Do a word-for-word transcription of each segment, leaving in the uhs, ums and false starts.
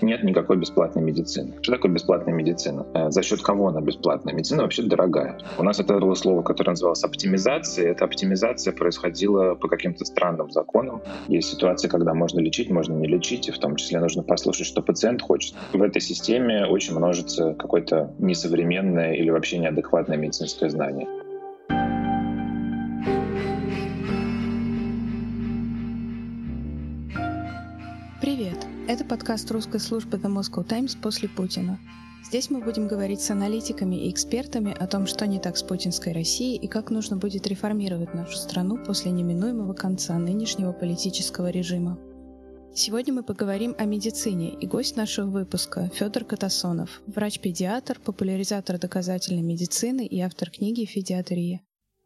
нет никакой бесплатной медицины. Что такое бесплатная медицина? За счет кого она бесплатная? Медицина вообще дорогая. У нас это было слово, которое называлось оптимизация. Эта оптимизация происходила по каким-то странным законам. Есть ситуации, когда можно лечить, можно не лечить, и в том числе нужно послушать, что пациент хочет. В этой системе очень множится какое-то несовременное или вообще неадекватное медицинское знание. Привет! Это подкаст русской службы The Moscow Times после Путина. Здесь мы будем говорить с аналитиками и экспертами о том, что не так с путинской Россией и как нужно будет реформировать нашу страну после неминуемого конца нынешнего политического режима. Сегодня мы поговорим о медицине, и гость нашего выпуска – Федор Катасонов, врач-педиатр, популяризатор доказательной медицины и автор книги «Федиатрия».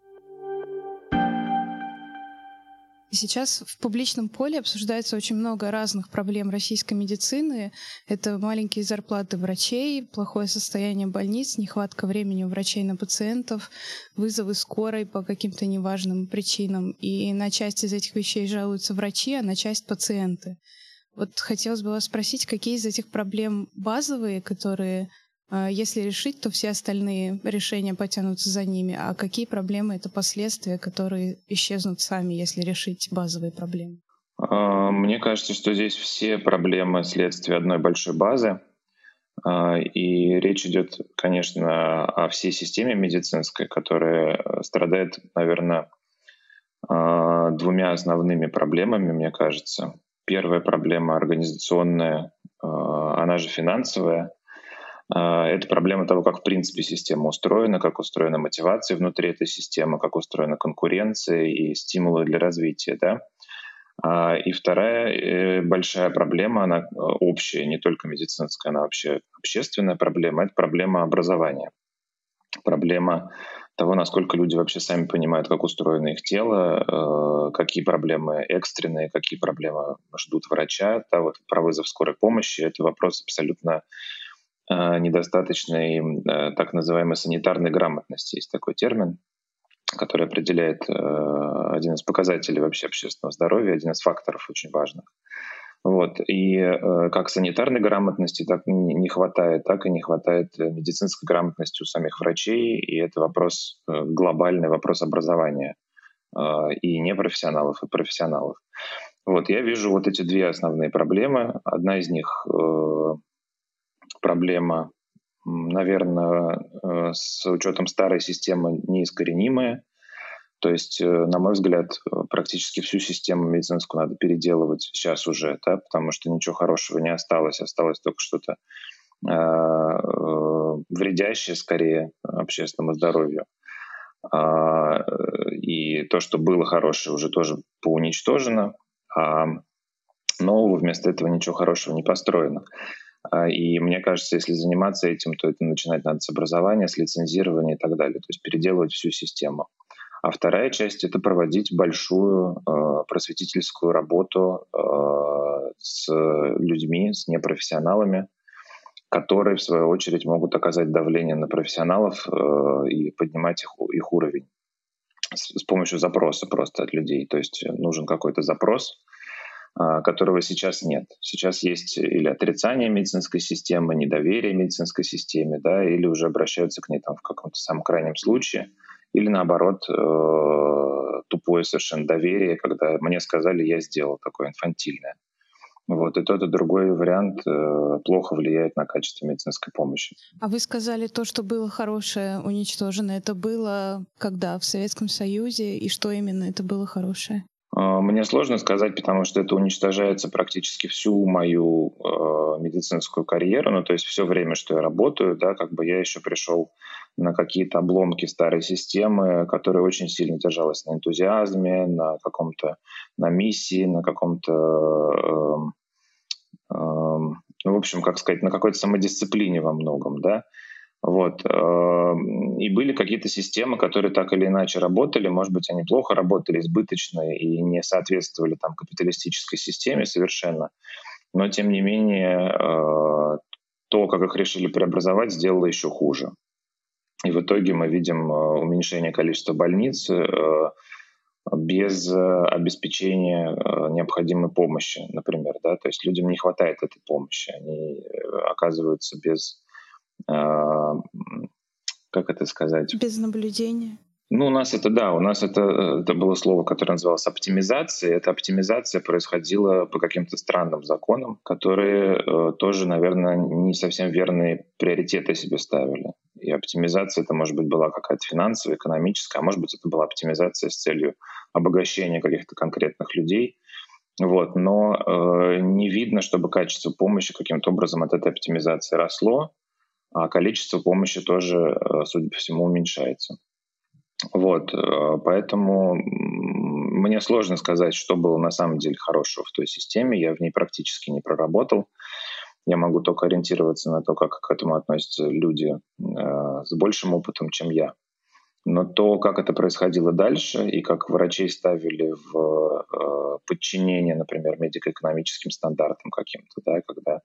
Сейчас в публичном поле обсуждается очень много разных проблем российской медицины. Это маленькие зарплаты врачей, плохое состояние больниц, нехватка времени у врачей на пациентов, вызовы скорой по каким-то неважным причинам. И на часть из этих вещей жалуются врачи, а на часть — пациенты. Вот хотелось бы вас спросить, какие из этих проблем базовые, которые, если решить, то все остальные решения потянутся за ними, а какие проблемы — это последствия, которые исчезнут сами, если решить базовые проблемы? Мне кажется, что здесь все проблемы — следствие одной большой базы. И речь идет, конечно, о всей системе медицинской, которая страдает, наверное, двумя основными проблемами, мне кажется. Первая проблема организационная, она же финансовая. Это проблема того, как в принципе система устроена, как устроена мотивация внутри этой системы, как устроена конкуренция и стимулы для развития. Да? И вторая большая проблема, она общая, не только медицинская, она вообще общественная проблема, это проблема образования. Проблема того, насколько люди вообще сами понимают, как устроено их тело, какие проблемы экстренные, какие проблемы ждут врача. Да, вот про вызов скорой помощи — это вопрос абсолютно недостаточной так называемой санитарной грамотности. Есть такой термин, который определяет один из показателей вообще общественного здоровья, один из факторов очень важных. Вот. И как санитарной грамотности так не хватает, так и не хватает медицинской грамотности у самих врачей. И это вопрос, глобальный вопрос образования и непрофессионалов, и профессионалов. Вот. Я вижу вот эти две основные проблемы. Одна из них проблема, наверное, с учетом старой системы неискоренимая. То есть, на мой взгляд, практически всю систему медицинскую надо переделывать сейчас уже, да, потому что ничего хорошего не осталось, осталось только что-то э, вредящее скорее общественному здоровью. А, и то, что было хорошее, уже тоже поуничтожено, а нового вместо этого ничего хорошего не построено. И мне кажется, если заниматься этим, то это начинать надо с образования, с лицензирования и так далее, то есть переделывать всю систему. А вторая часть — это проводить большую э, просветительскую работу э, с людьми, с непрофессионалами, которые, в свою очередь, могут оказать давление на профессионалов э, и поднимать их, их уровень с, с помощью запроса просто от людей. То есть нужен какой-то запрос, которого сейчас нет. Сейчас есть или отрицание медицинской системы, недоверие медицинской системе, да, или уже обращаются к ней там в каком-то самом крайнем случае, или наоборот тупое совершенно доверие, когда мне сказали, я сделал, такое инфантильное. Вот. И тот, и другой вариант плохо влияет на качество медицинской помощи. А вы сказали, то, что было хорошее, уничтожено, это было когда? В Советском Союзе? И что именно это было хорошее? Мне сложно сказать, потому что это уничтожается практически всю мою э, медицинскую карьеру, ну то есть все время, что я работаю, да, как бы я еще пришел на какие-то обломки старой системы, которая очень сильно держалась на энтузиазме, на каком-то, на миссии, на каком-то, э, э, ну в общем, как сказать, на какой-то самодисциплине во многом, да. Вот. И были какие-то системы, которые так или иначе работали, может быть, они плохо работали, избыточно и не соответствовали там капиталистической системе совершенно, но тем не менее то, как их решили преобразовать, сделало еще хуже. И в итоге мы видим уменьшение количества больниц, без обеспечения необходимой помощи, например, да, то есть людям не хватает этой помощи, они оказываются без, как это сказать? Без наблюдения. Ну, у нас это, да, у нас это, это было слово, которое называлось оптимизацией. Эта оптимизация происходила по каким-то странным законам, которые э, тоже, наверное, не совсем верные приоритеты себе ставили. И оптимизация это, может быть, была какая-то финансовая, экономическая, а может быть, это была оптимизация с целью обогащения каких-то конкретных людей. Вот. Но э, не видно, чтобы качество помощи каким-то образом от этой оптимизации росло, а количество помощи тоже, э, судя по всему, уменьшается. Вот, поэтому мне сложно сказать, что было на самом деле хорошего в той системе. Я в ней практически не проработал. Я могу только ориентироваться на то, как к этому относятся люди э, с большим опытом, чем я. Но то, как это происходило дальше, и как врачей ставили в э, подчинение, например, медико-экономическим стандартам каким-то, да, когда э,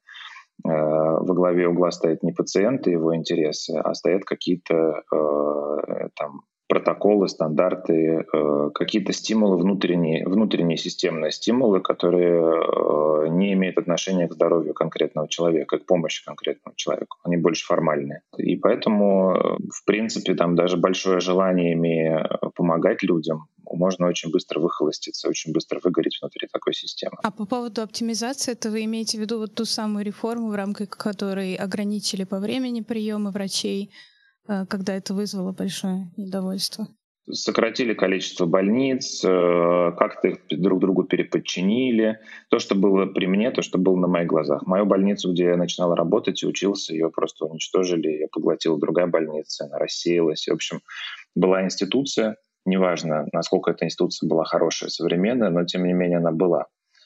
во главе угла стоят не пациенты и его интересы, а стоят какие-то э, там протоколы, стандарты, э, какие-то стимулы внутренние, внутренние системные стимулы, которые э, не имеют отношения к здоровью конкретного человека, к помощи конкретному человеку. Они больше формальные. И поэтому, э, в принципе, там даже большое желание, имея помогать людям, можно очень быстро выхолоститься, очень быстро выгореть внутри такой системы. А по поводу оптимизации, это вы имеете в виду вот ту самую реформу, в рамках которой ограничили по времени приемы врачей, когда это вызвало большое недовольство? Сократили количество больниц, как-то их друг другу переподчинили. То, что было при мне, то, что было на моих глазах. Мою больницу, где я начинал работать и учился, ее просто уничтожили, ее поглотила другая больница, она рассеялась. В общем, была институция, неважно, насколько эта институция была хорошая, современная, но тем не менее она была.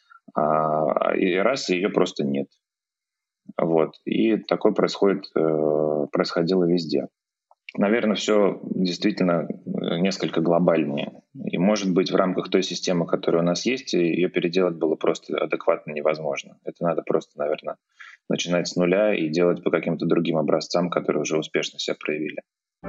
И раз ее просто нет. Вот. И такое происходит, происходило везде. Наверное, все действительно несколько глобальнее. И, может быть, в рамках той системы, которая у нас есть, ее переделать было просто адекватно невозможно. Это надо просто, наверное, начинать с нуля и делать по каким-то другим образцам, которые уже успешно себя проявили.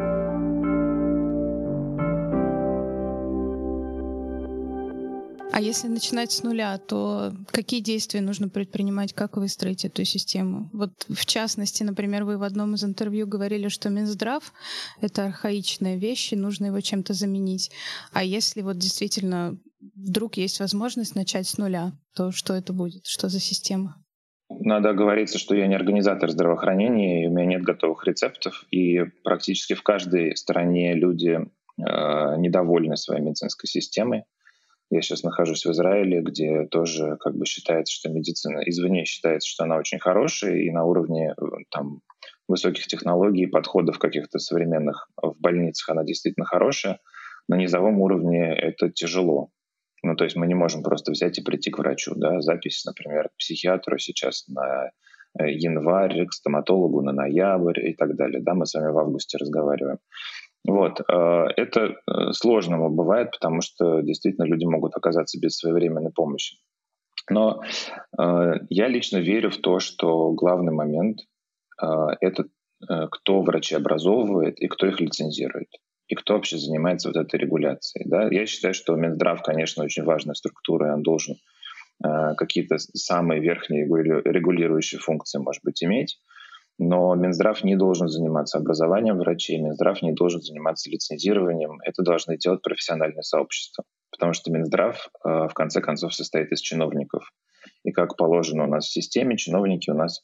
А если начинать с нуля, то какие действия нужно предпринимать, как выстроить эту систему? Вот в частности, например, вы в одном из интервью говорили, что Минздрав — это архаичная вещь, и нужно его чем-то заменить. А если вот действительно вдруг есть возможность начать с нуля, то что это будет? Что за система? Надо оговориться, что я не организатор здравоохранения, и у меня нет готовых рецептов, и практически в каждой стране люди э, недовольны своей медицинской системой. Я сейчас нахожусь в Израиле, где тоже как бы считается, что медицина извне считается, что она очень хорошая, и на уровне там, высоких технологий, подходов каких-то современных в больницах она действительно хорошая. На низовом уровне это тяжело. Ну, то есть мы не можем просто взять и прийти к врачу. Да? Запись, например, к психиатру сейчас на январь, к стоматологу на ноябрь и так далее. Да? Мы с вами в августе разговариваем. Вот. Это сложно бывает, потому что действительно люди могут оказаться без своевременной помощи. Но я лично верю в то, что главный момент — это кто врачи образовывает и кто их лицензирует, и кто вообще занимается вот этой регуляцией. Да? Я считаю, что Минздрав, конечно, очень важная структура, и он должен какие-то самые верхние регулирующие функции, может быть, иметь. Но Минздрав не должен заниматься образованием врачей, Минздрав не должен заниматься лицензированием. Это должны делать профессиональные сообщества. Потому что Минздрав, в конце концов, состоит из чиновников. И как положено у нас в системе, чиновники у нас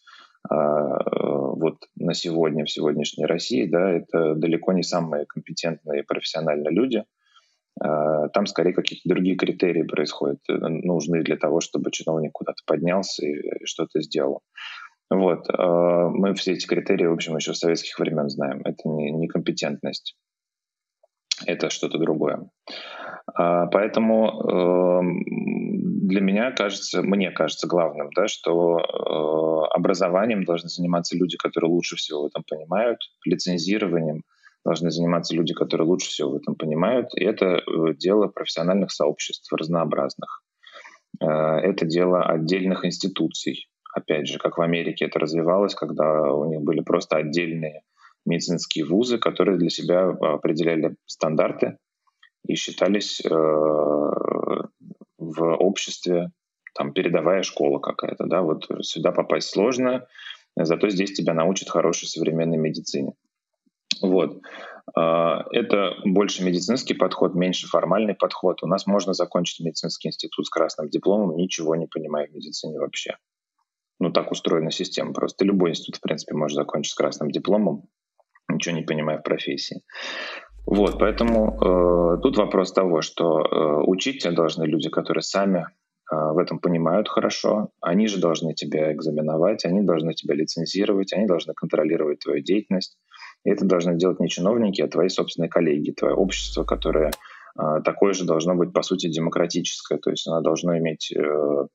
вот на сегодня, в сегодняшней России, да, это далеко не самые компетентные и профессиональные люди. Там скорее какие-то другие критерии происходят, нужны для того, чтобы чиновник куда-то поднялся и что-то сделал. Вот. Мы все эти критерии, в общем, еще с советских времен знаем. Это не, не компетентность, это что-то другое. Поэтому для меня кажется, мне кажется главным, да, что образованием должны заниматься люди, которые лучше всего в этом понимают, лицензированием должны заниматься люди, которые лучше всего в этом понимают. И это дело профессиональных сообществ разнообразных. Это дело отдельных институций. Опять же, как в Америке это развивалось, когда у них были просто отдельные медицинские вузы, которые для себя определяли стандарты и считались э, в обществе там передовая школа какая-то, да, вот сюда попасть сложно, зато здесь тебя научат хорошей современной медицине. Вот. Это больше медицинский подход, меньше формальный подход. У нас можно закончить медицинский институт с красным дипломом, ничего не понимая в медицине вообще. Ну, так устроена система просто. Ты любой институт, в принципе, можешь закончить с красным дипломом, ничего не понимая в профессии. Вот, поэтому э, тут вопрос того, что э, учить тебя должны люди, которые сами э, в этом понимают хорошо, они же должны тебя экзаменовать, они должны тебя лицензировать, они должны контролировать твою деятельность. И это должны делать не чиновники, а твои собственные коллеги, твое общество, которое э, такое же должно быть, по сути, демократическое. То есть оно должно иметь э,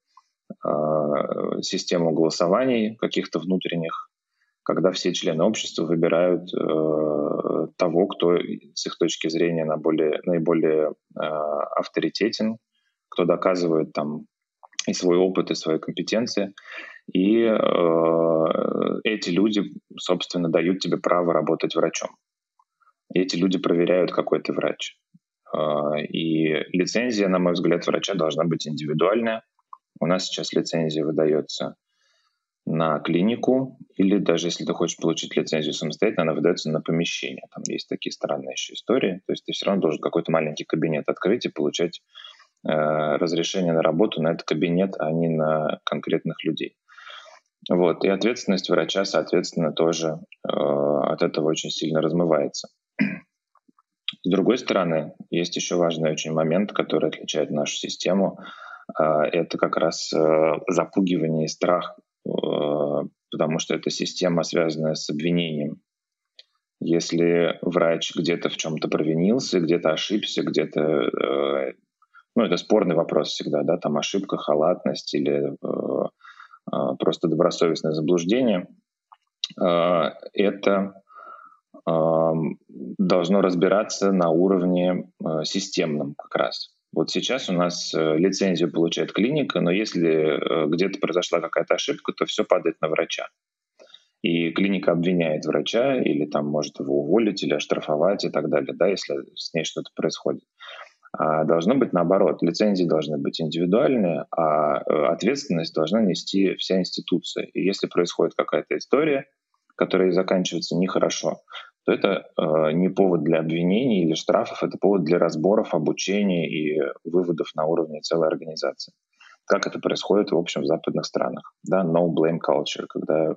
э, систему голосований каких-то внутренних, когда все члены общества выбирают э, того, кто с их точки зрения наиболее, наиболее э, авторитетен, кто доказывает там и свой опыт, и свои компетенции. И э, эти люди, собственно, дают тебе право работать врачом. И эти люди проверяют, какой ты врач. Э, и лицензия, на мой взгляд, врача должна быть индивидуальная. У нас сейчас лицензия выдается на клинику, или даже если ты хочешь получить лицензию самостоятельно, она выдается на помещение. Там есть такие странные еще истории. То есть ты все равно должен какой-то маленький кабинет открыть и получать э, разрешение на работу на этот кабинет, а не на конкретных людей. Вот. И ответственность врача, соответственно, тоже э, от этого очень сильно размывается. С другой стороны, есть еще важный очень момент, который отличает нашу систему. Э, это как раз э, запугивание и страх, потому что это система, связанная с обвинением. Если врач где-то в чем-то провинился, где-то ошибся, где-то... Э, ну, это спорный вопрос всегда, да, там ошибка, халатность или э, э, просто добросовестное заблуждение. Э, это э, должно разбираться на уровне э, системном как раз. Вот сейчас у нас лицензию получает клиника, но если где-то произошла какая-то ошибка, то все падает на врача. И клиника обвиняет врача, или там может его уволить, или оштрафовать и так далее, да, если с ней что-то происходит. А должно быть наоборот. Лицензии должны быть индивидуальные, а ответственность должна нести вся институция. И если происходит какая-то история, которая заканчивается нехорошо, то это э, не повод для обвинений или штрафов, это повод для разборов, обучения и выводов на уровне целой организации. Как это происходит, в общем, в западных странах. Да, no blame culture, когда э,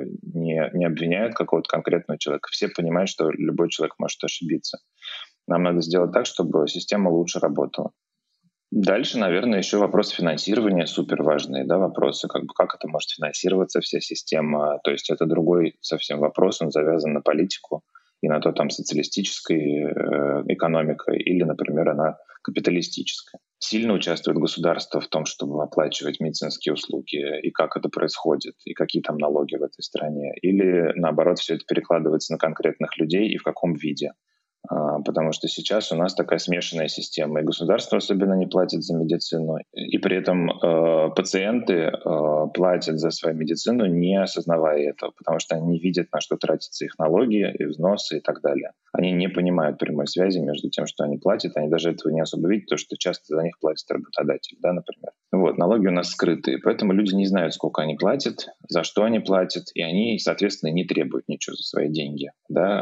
не, не обвиняют какого-то конкретного человека. Все понимают, что любой человек может ошибиться. Нам надо сделать так, чтобы система лучше работала. Дальше, наверное, еще вопросы финансирования супер важные, да, вопросы, как бы как это может финансироваться вся система. То есть это другой совсем вопрос, он завязан на политику и на то, там социалистическая э, экономика или, например, она капиталистическая. Сильно участвует государство в том, чтобы оплачивать медицинские услуги, и как это происходит, и какие там налоги в этой стране. Или, наоборот, все это перекладывается на конкретных людей и в каком виде. Потому что сейчас у нас такая смешанная система, и государство особенно не платит за медицину, и при этом э, пациенты э, платят за свою медицину, не осознавая этого, потому что они не видят, на что тратятся их налоги, и взносы и так далее. Они не понимают прямой связи между тем, что они платят, они даже этого не особо видят, потому что часто за них платит работодатель, да, например. Вот, налоги у нас скрытые, поэтому люди не знают, сколько они платят, за что они платят, и они, соответственно, не требуют ничего за свои деньги.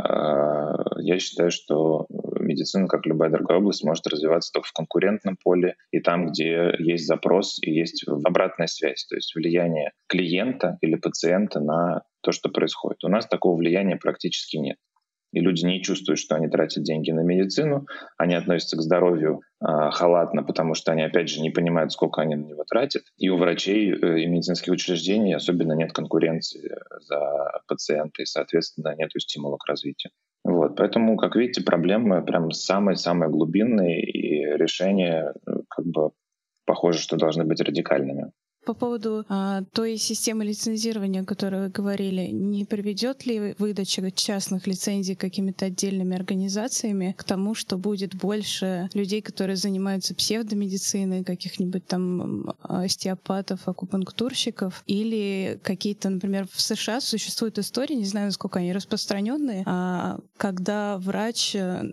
Да? Я считаю, что медицина, как любая другая область, может развиваться только в конкурентном поле и там, где есть запрос и есть обратная связь, то есть влияние клиента или пациента на то, что происходит. У нас такого влияния практически нет. И люди не чувствуют, что они тратят деньги на медицину, они относятся к здоровью э, халатно, потому что они, опять же, не понимают, сколько они на него тратят. И у врачей э, и медицинских учреждений особенно нет конкуренции за пациента, и, соответственно, нет стимула к развитию. Вот, поэтому, как видите, проблемы прям самые-самые глубинные, и решения, как бы, похоже, что должны быть радикальными. По поводу а, той системы лицензирования, о которой вы говорили, не приведет ли выдача частных лицензий какими-то отдельными организациями к тому, что будет больше людей, которые занимаются псевдомедициной, каких-нибудь там остеопатов, акупунктурщиков, или какие-то, например, в США существуют истории, не знаю, насколько они распространенные, а, когда врач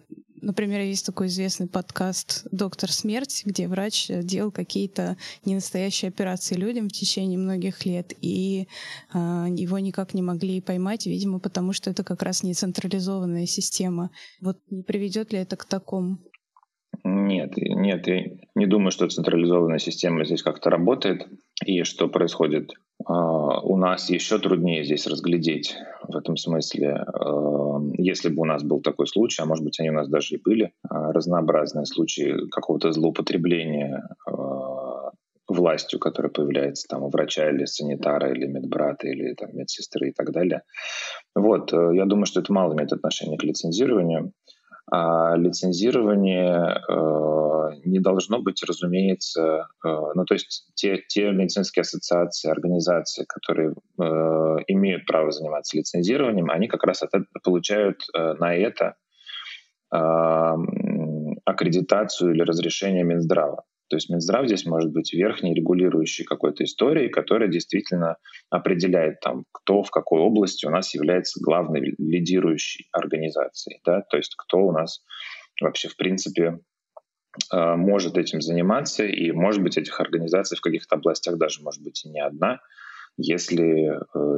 например, есть такой известный подкаст «Доктор Смерть», где врач делал какие-то ненастоящие операции людям в течение многих лет, и э, его никак не могли поймать, видимо, потому что это как раз не централизованная система. Вот не приведет ли это к такому? Нет, нет, я не думаю, что централизованная система здесь как-то работает. И что происходит? У нас еще труднее здесь разглядеть в этом смысле. Если бы у нас был такой случай, а может быть, они у нас даже и были, разнообразные случаи какого-то злоупотребления властью, которая появляется там у врача или санитара, или медбрата, или там, медсестры и так далее. Вот, я думаю, что это мало имеет отношение к лицензированию. А лицензирование э, не должно быть, разумеется, э, ну то есть те, те медицинские ассоциации, организации, которые э, имеют право заниматься лицензированием, они как раз от этого получают э, на это э, аккредитацию или разрешение Минздрава. То есть Минздрав здесь может быть верхней регулирующей какой-то историей, которая действительно определяет, там, кто в какой области у нас является главной лидирующей организацией. Да? То есть кто у нас вообще в принципе может этим заниматься. И, может быть, этих организаций в каких-то областях даже может быть и не одна, если,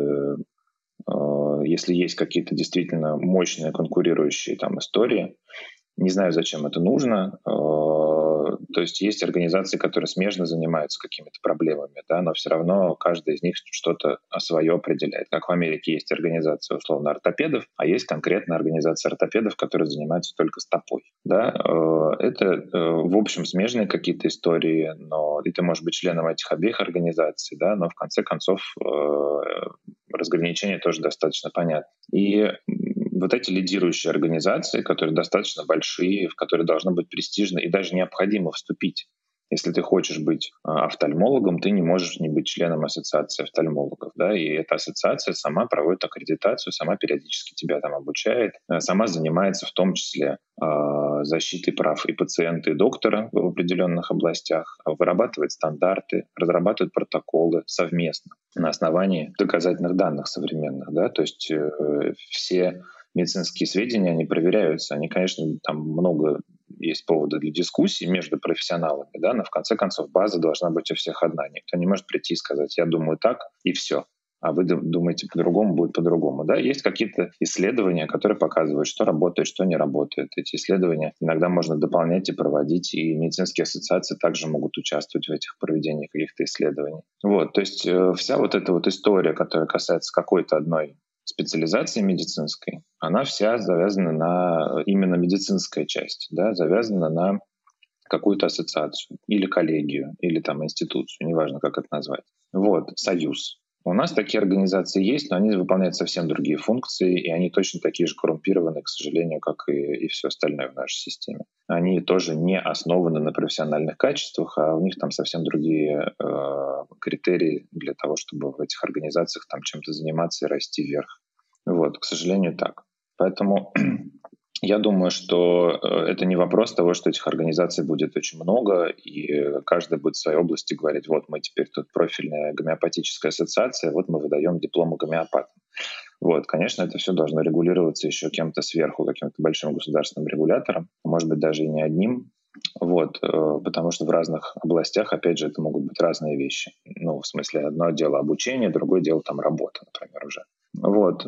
если есть какие-то действительно мощные конкурирующие там истории. Не знаю, зачем это нужно. То есть есть организации, которые смежно занимаются какими-то проблемами, да, но все равно каждая из них что-то свое определяет. Как в Америке есть организация, условно, ортопедов, а есть конкретная организация ортопедов, которая занимается только стопой. Да. Это, в общем, смежные какие-то истории, но и ты можешь быть членом этих обеих организаций, да, но в конце концов разграничение тоже достаточно понятно. И вот эти лидирующие организации, которые достаточно большие, в которые должно быть престижно и даже необходимо вступить. Если ты хочешь быть офтальмологом, ты не можешь не быть членом ассоциации офтальмологов. Да? И эта ассоциация сама проводит аккредитацию, сама периодически тебя там обучает, сама занимается в том числе защитой прав и пациента, и доктора в определенных областях, вырабатывает стандарты, разрабатывает протоколы совместно на основании доказательных данных современных. Да? То есть э, все медицинские сведения, они проверяются. Они, конечно, там много есть повода для дискуссий между профессионалами, да, но в конце концов база должна быть у всех одна. Никто не может прийти и сказать: я думаю так, и все. А вы думаете по-другому, будет по-другому. Да? Есть какие-то исследования, которые показывают, что работает, что не работает. Эти исследования иногда можно дополнять и проводить, и медицинские ассоциации также могут участвовать в этих проведениях каких-то исследований. Вот, то есть э, вся вот эта вот история, которая касается какой-то одной специализации медицинской, она вся завязана на именно медицинская часть, да, завязана на какую-то ассоциацию или коллегию, или там институцию, неважно, как это назвать. Вот, союз. У нас такие организации есть, но они выполняют совсем другие функции, и они точно такие же коррумпированы, к сожалению, как и, и все остальное в нашей системе. Они тоже не основаны на профессиональных качествах, а у них там совсем другие э, критерии для того, чтобы в этих организациях там чем-то заниматься и расти вверх. Вот, к сожалению, так. Поэтому я думаю, что это не вопрос того, что этих организаций будет очень много, и каждая будет в своей области говорить: вот мы теперь тут профильная гомеопатическая ассоциация, вот мы выдаем дипломы гомеопатам. Вот, конечно, это все должно регулироваться еще кем-то сверху, каким-то большим государственным регулятором, может быть, даже и не одним. Вот, потому что в разных областях, опять же, это могут быть разные вещи. Ну, в смысле, одно дело обучение, другое дело там работа, например, уже. Вот.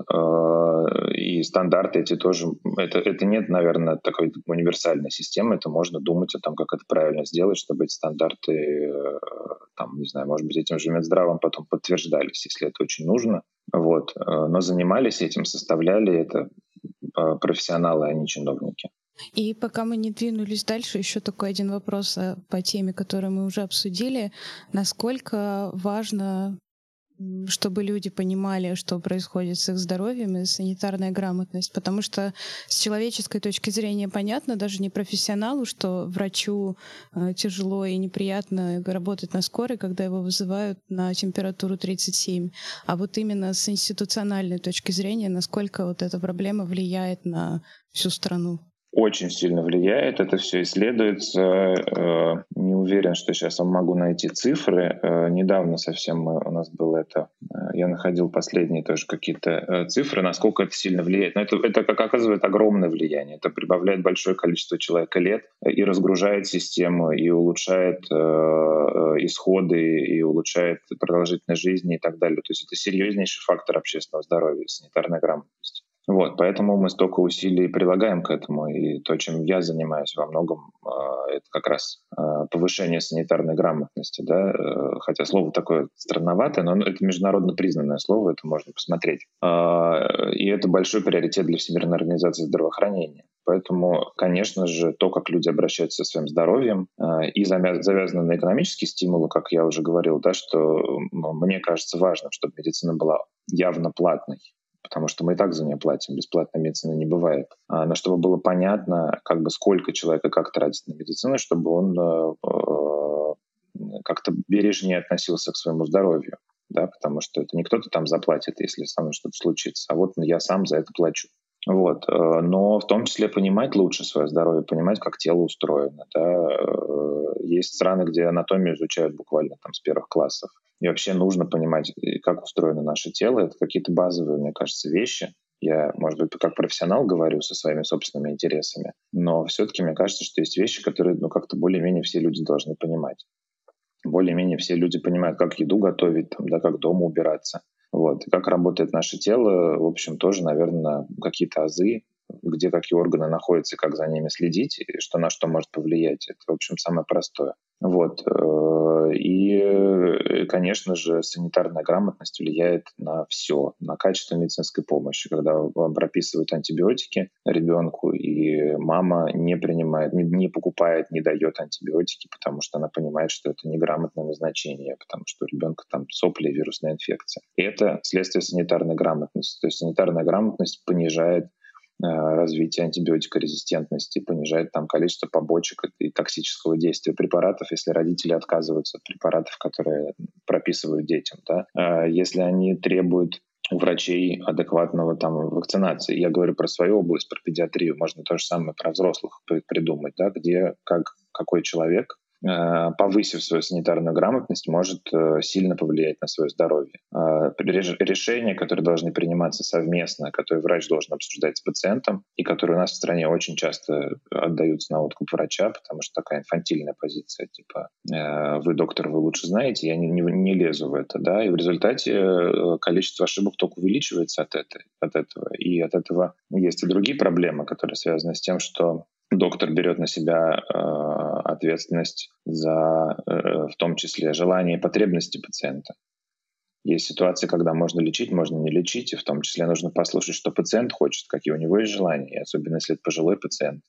И стандарты эти тоже... Это, это нет, наверное, такой универсальной системы. Это можно думать о том, как это правильно сделать, чтобы эти стандарты, там, не знаю, может быть, этим же Минздравом потом подтверждались, если это очень нужно. Вот. Но занимались этим, составляли это профессионалы, а не чиновники. И пока мы не двинулись дальше, еще такой один вопрос по теме, которую мы уже обсудили. Насколько важно, чтобы люди понимали, что происходит с их здоровьем, и санитарная грамотность? Потому что с человеческой точки зрения понятно, даже не профессионалу, что врачу тяжело и неприятно работать на скорой, когда его вызывают на температуру тридцать семь. А вот именно с институциональной точки зрения, насколько вот эта проблема влияет на всю страну? Очень сильно влияет, это все исследуется. Не уверен, что сейчас я могу найти цифры. Недавно совсем у нас было это я находил последние тоже какие-то цифры, насколько это сильно влияет. Но это, это как оказывает огромное влияние. Это прибавляет большое количество человека лет и разгружает систему, и улучшает э, исходы, и улучшает продолжительность жизни и так далее. То есть это серьезнейший фактор общественного здоровья, санитарная грамотность. Вот, поэтому мы столько усилий прилагаем к этому, и то, чем я занимаюсь во многом, это как раз повышение санитарной грамотности, да, хотя слово такое странноватое, но это международно признанное слово, это можно посмотреть. И это большой приоритет для Всемирной организации здравоохранения. Поэтому, конечно же, то, как люди обращаются со своим здоровьем, и завязано на экономические стимулы, как я уже говорил, да, что мне кажется важным, чтобы медицина была явно платной, потому что мы и так за нее платим, бесплатной медицины не бывает. Но чтобы было понятно, как бы сколько человек и как тратит на медицину, чтобы он э, как-то бережнее относился к своему здоровью, да, потому что это не кто-то там заплатит, если со мной что-то случится, а вот я сам за это плачу. Вот. Но в том числе понимать лучше свое здоровье, понимать, как тело устроено. Да. Есть страны, где анатомию изучают буквально там с первых классов. И вообще нужно понимать, как устроено наше тело. Это какие-то базовые, мне кажется, вещи. Я, может быть, как профессионал говорю со своими собственными интересами, но все-таки мне кажется, что есть вещи, которые ну, как-то более-менее все люди должны понимать. Более-менее все люди понимают, как еду готовить, там, да, как дома убираться. Вот. И как работает наше тело, в общем, тоже, наверное, какие-то азы, где какие органы находятся, как за ними следить, и что на что может повлиять. Это, в общем, самое простое. Вот. И, конечно же, санитарная грамотность влияет на все, на качество медицинской помощи. Когда вам прописывают антибиотики ребенку, и мама не принимает, не покупает, не дает антибиотики, потому что она понимает, что это неграмотное назначение, потому что у ребенка там сопли и вирусная инфекция. И это следствие санитарной грамотности. То есть санитарная грамотность понижает развитие антибиотикорезистентности, понижает там количество побочек и токсического действия препаратов, если родители отказываются от препаратов, которые прописывают детям. Да? Если они требуют у врачей адекватного там вакцинации. Я говорю про свою область, про педиатрию. Можно то же самое про взрослых придумать, да? Где как, какой человек, повысив свою санитарную грамотность, может сильно повлиять на свое здоровье. Решения, которые должны приниматься совместно, которые врач должен обсуждать с пациентом, и которые у нас в стране очень часто отдаются на откуп врача, потому что такая инфантильная позиция, типа «вы, доктор, вы лучше знаете, я не, не, не лезу в это». Да? И в результате количество ошибок только увеличивается от, это, от этого. И от этого есть и другие проблемы, которые связаны с тем, что доктор берет на себя э, ответственность за, э, в том числе, желания и потребности пациента. Есть ситуации, когда можно лечить, можно не лечить, и в том числе нужно послушать, что пациент хочет, какие у него есть желания, и особенно если это пожилой пациент.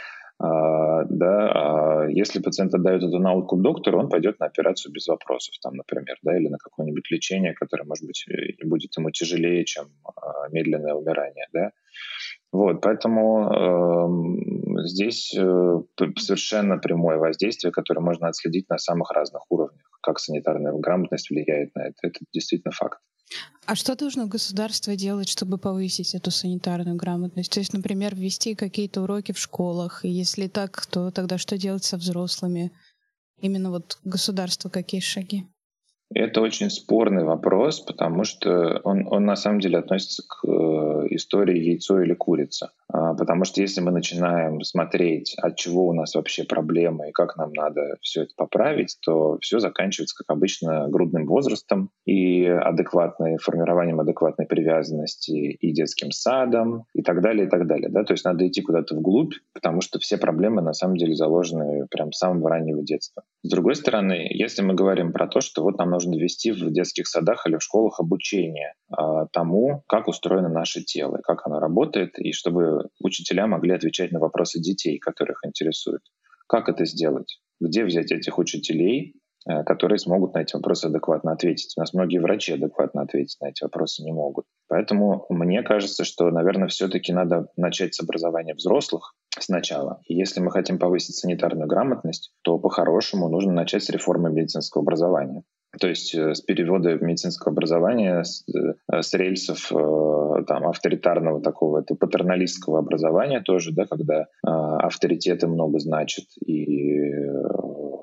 А, да, а если пациент отдает это на откуп доктору, он пойдет на операцию без вопросов, там, например, да, или на какое-нибудь лечение, которое, может быть, будет ему тяжелее, чем а, медленное умирание. Да. Вот, поэтому э, здесь э, совершенно прямое воздействие, которое можно отследить на самых разных уровнях. Как санитарная грамотность влияет на это, это действительно факт. А что должно государство делать, чтобы повысить эту санитарную грамотность? То есть, например, ввести какие-то уроки в школах, и если так, то тогда что делать со взрослыми? Именно вот государство какие шаги? Это очень спорный вопрос, потому что он, он на самом деле относится к э, истории яйцо или курица. А, потому что если мы начинаем смотреть, от чего у нас вообще проблема и как нам надо все это поправить, то все заканчивается, как обычно, грудным возрастом и адекватной, формированием адекватной привязанности и детским садом и так далее, и так далее. Да? То есть надо идти куда-то вглубь, потому что все проблемы на самом деле заложены прям с самого раннего детства. С другой стороны, если мы говорим про то, что вот нам нужно ввести в детских садах или в школах обучение а, тому, как устроено наше тело, как оно работает, и чтобы учителя могли отвечать на вопросы детей, которых интересуют. Как это сделать? Где взять этих учителей, которые смогут на эти вопросы адекватно ответить? У нас многие врачи адекватно ответить на эти вопросы не могут. Поэтому мне кажется, что, наверное, все-таки надо начать с образования взрослых сначала. И если мы хотим повысить санитарную грамотность, то по-хорошему нужно начать с реформы медицинского образования. То есть с перевода медицинского образования с, с рельсов там, авторитарного такого, это патерналистского образования тоже, да, когда авторитеты много значат и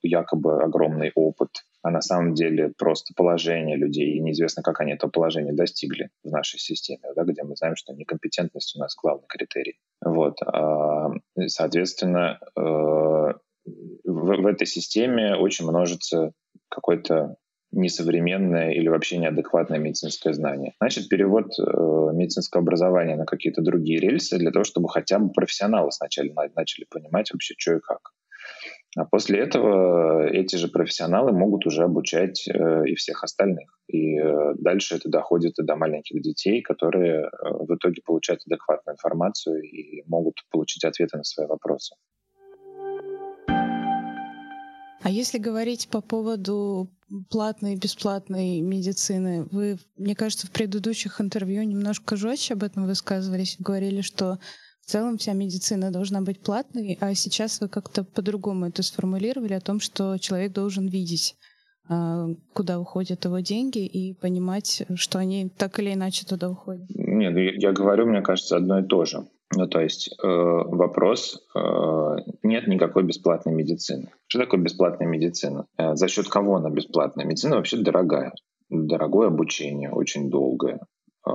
якобы огромный опыт, а на самом деле просто положение людей, и неизвестно, как они этого положения достигли в нашей системе, да, где мы знаем, что некомпетентность у нас главный критерий. Вот. Соответственно, в, в этой системе очень множится какой-то несовременное или вообще неадекватное медицинское знание. Значит, перевод э, медицинского образования на какие-то другие рельсы для того, чтобы хотя бы профессионалы сначала начали понимать вообще, что и как. А после этого эти же профессионалы могут уже обучать э, и всех остальных. И э, дальше это доходит и до маленьких детей, которые э, в итоге получают адекватную информацию и могут получить ответы на свои вопросы. А если говорить по поводу платной и бесплатной медицины, вы, мне кажется, в предыдущих интервью немножко жестче об этом высказывались, говорили, что в целом вся медицина должна быть платной, а сейчас вы как-то по-другому это сформулировали, о том, что человек должен видеть, куда уходят его деньги, и понимать, что они так или иначе туда уходят. Нет, я говорю, мне кажется, одно и то же. Ну, то есть э, вопрос, э, нет никакой бесплатной медицины. Что такое бесплатная медицина? Э, за счет кого она бесплатная? Медицина вообще дорогая. Дорогое обучение, очень долгое. Э,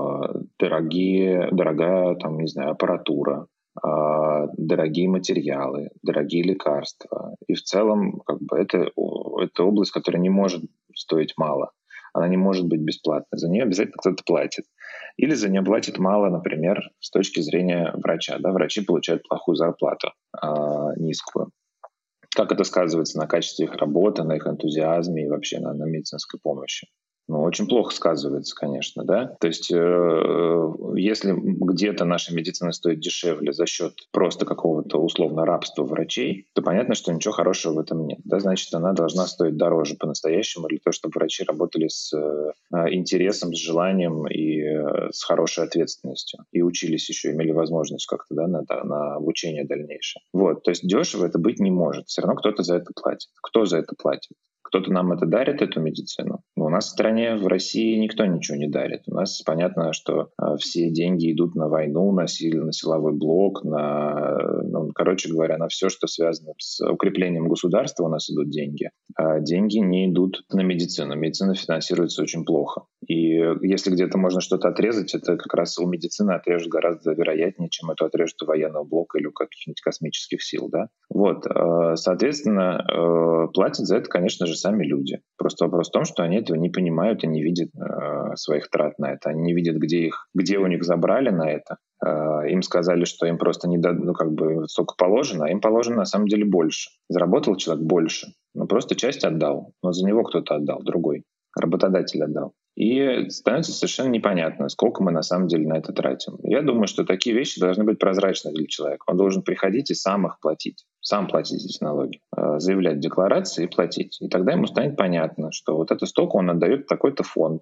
дорогие, дорогая, там, не знаю, аппаратура, э, дорогие материалы, дорогие лекарства. И в целом как бы, это, это область, которая не может стоить мало. Она не может быть бесплатной. За нее обязательно кто-то платит. Или за нее платит мало, например, с точки зрения врача. Да? Врачи получают плохую зарплату, э, низкую. Как это сказывается на качестве их работы, на их энтузиазме и вообще на, на медицинской помощи? Ну, очень плохо сказывается, конечно, да. То есть, э, если где-то наша медицина стоит дешевле за счет просто какого-то условно рабства врачей, то понятно, что ничего хорошего в этом нет. Да? Значит, она должна стоить дороже по-настоящему для того, чтобы врачи работали с э, интересом, с желанием и э, с хорошей ответственностью. И учились еще, имели возможность как-то да, на, на обучение дальнейшее. Вот. То есть дешево это быть не может. Все равно кто-то за это платит. Кто за это платит? Кто-то нам это дарит, эту медицину. Но у нас в стране, в России никто ничего не дарит. У нас понятно, что э, все деньги идут на войну, на, сил, на силовой блок, на, ну, короче говоря, на все, что связано с укреплением государства, у нас идут деньги. А деньги не идут на медицину. Медицина финансируется очень плохо. И если где-то можно что-то отрезать, это как раз у медицины отрежут гораздо вероятнее, чем это отрежут у военного блока или у каких-нибудь космических сил. Да? Вот. Соответственно, платят за это, конечно же, сами люди. Просто вопрос в том, что они этого не понимают и не видят э, своих трат на это. Они не видят, где, их, где у них забрали на это. Э, им сказали, что им просто не дадут, ну, как бы столько положено, а им положено на самом деле больше. Заработал человек больше, но просто часть отдал. Но за него кто-то отдал, другой. Работодатель отдал. И становится совершенно непонятно, сколько мы на самом деле на это тратим. Я думаю, что такие вещи должны быть прозрачны для человека. Он должен приходить и сам их платить. Сам платить эти налоги. Заявлять декларации и платить. И тогда ему станет понятно, что вот это столько он отдает в такой-то фонд.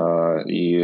И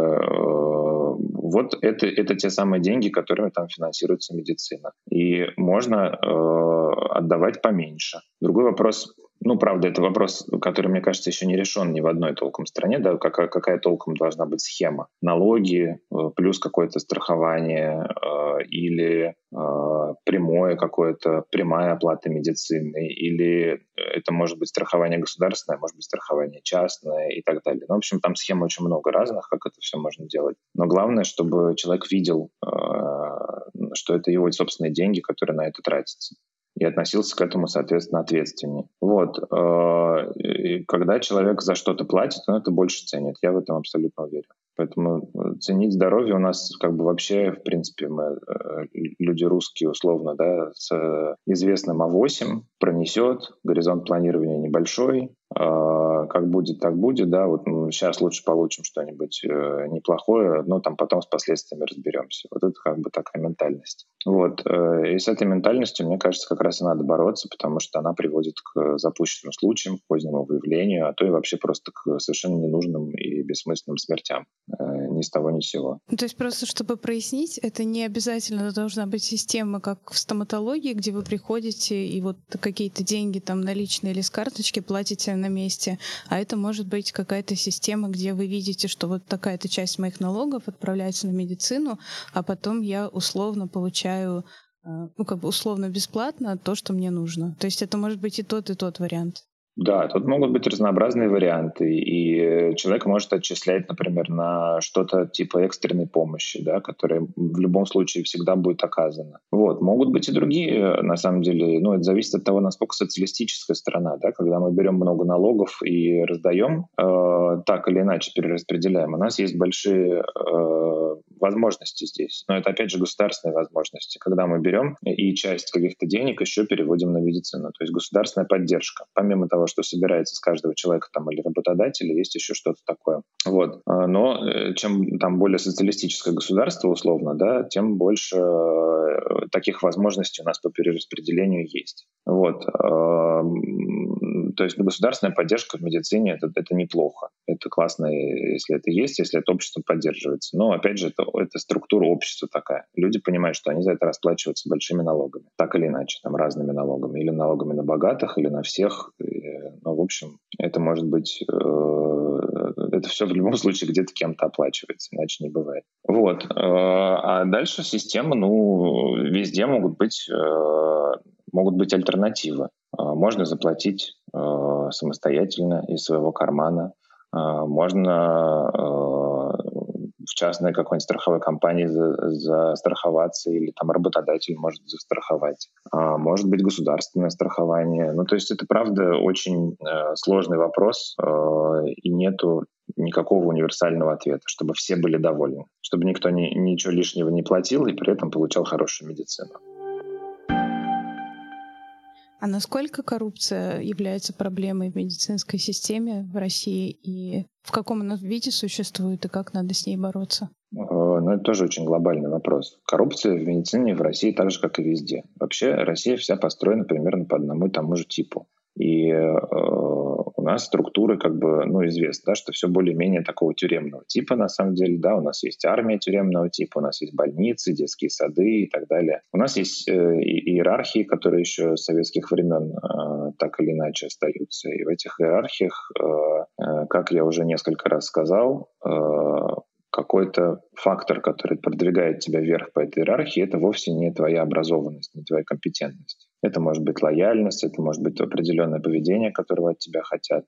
вот это, это те самые деньги, которыми там финансируется медицина. И можно отдавать поменьше. Другой вопрос. Ну, правда, это вопрос, который, мне кажется, еще не решен ни в одной толком стране. Да, какая, какая толком должна быть схема? Налоги плюс какое-то страхование э, или э, прямое какое-то, прямая оплата медицины, или это может быть страхование государственное, может быть страхование частное и так далее. Ну, в общем, там схем очень много разных, как это все можно делать. Но главное, чтобы человек видел, э, что это его собственные деньги, которые на это тратятся. И относился к этому, соответственно, ответственнее. Вот. И когда человек за что-то платит, он это больше ценит. Я в этом абсолютно уверен. Поэтому ценить здоровье у нас как бы вообще, в принципе, мы люди русские условно, да, с известным А восемь пронесет, горизонт планирования небольшой, как будет, так будет, да, вот сейчас лучше получим что-нибудь неплохое, но там потом с последствиями разберемся. Вот это как бы такая ментальность. Вот. И с этой ментальностью, мне кажется, как раз и надо бороться, потому что она приводит к запущенным случаям, к позднему выявлению, а то и вообще просто к совершенно ненужным и бессмысленным смертям ни с того ни с сего. То есть просто, чтобы прояснить, это не обязательно должна быть система, как в стоматологии, где вы приходите и вот какие-то деньги там наличные или с карточки платите на месте, а это может быть какая-то система, где вы видите, что вот такая-то часть моих налогов отправляется на медицину, а потом я условно получаю ну, как бы условно бесплатно то, что мне нужно. То есть это может быть и тот, и тот вариант. Да, тут могут быть разнообразные варианты, и человек может отчислять, например, на что-то типа экстренной помощи, да, которая в любом случае всегда будет оказана. Вот. Могут быть и другие, на самом деле, ну, это зависит от того, насколько социалистическая страна, да, когда мы берем много налогов и раздаем, э, так или иначе перераспределяем, у нас есть большие э, возможности здесь. Но это, опять же, государственные возможности, когда мы берем и часть каких-то денег еще переводим на медицину, то есть государственная поддержка, помимо того, что собирается с каждого человека там, или работодателя, есть еще что-то такое. Вот. Но чем там более социалистическое государство, условно, да, тем больше таких возможностей у нас по перераспределению есть. Вот. То есть государственная поддержка в медицине это, это неплохо. Это классно, если это есть, если это обществом поддерживается. Но, опять же, это, это структура общества такая. Люди понимают, что они за это расплачиваются большими налогами. Так или иначе, там разными налогами. Или налогами на богатых, или на всех. Ну, в общем, это может быть... Э, это все в любом случае где-то кем-то оплачивается, иначе не бывает. Вот. Э, а дальше система, ну, везде могут быть, э, могут быть альтернативы. Э, можно заплатить э, самостоятельно из своего кармана. Э, можно... Э, в частной какой-нибудь страховой компании застраховаться, или там работодатель может застраховать. А может быть государственное страхование. Ну, то есть это, правда, очень э, сложный вопрос, э, и нету никакого универсального ответа, чтобы все были довольны, чтобы никто ни, ничего лишнего не платил и при этом получал хорошую медицину. А насколько коррупция является проблемой в медицинской системе в России, и в каком она виде существует, и как надо с ней бороться? Ну, это тоже очень глобальный вопрос. Коррупция в медицине в России так же, как и везде. Вообще Россия вся построена примерно по одному и тому же типу. И э, у нас структуры, как бы, ну, известно, да, что все более-менее такого тюремного типа, на самом деле, да, у нас есть армия тюремного типа, у нас есть больницы, детские сады и так далее. У нас есть э, иерархии, которые еще с советских времен э, так или иначе остаются. И в этих иерархиях, э, э, как я уже несколько раз сказал, э, какой-то фактор, который продвигает тебя вверх по этой иерархии, это вовсе не твоя образованность, не твоя компетентность. Это может быть лояльность, это может быть определенное поведение, которого от тебя хотят.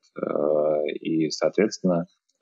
И, соответственно,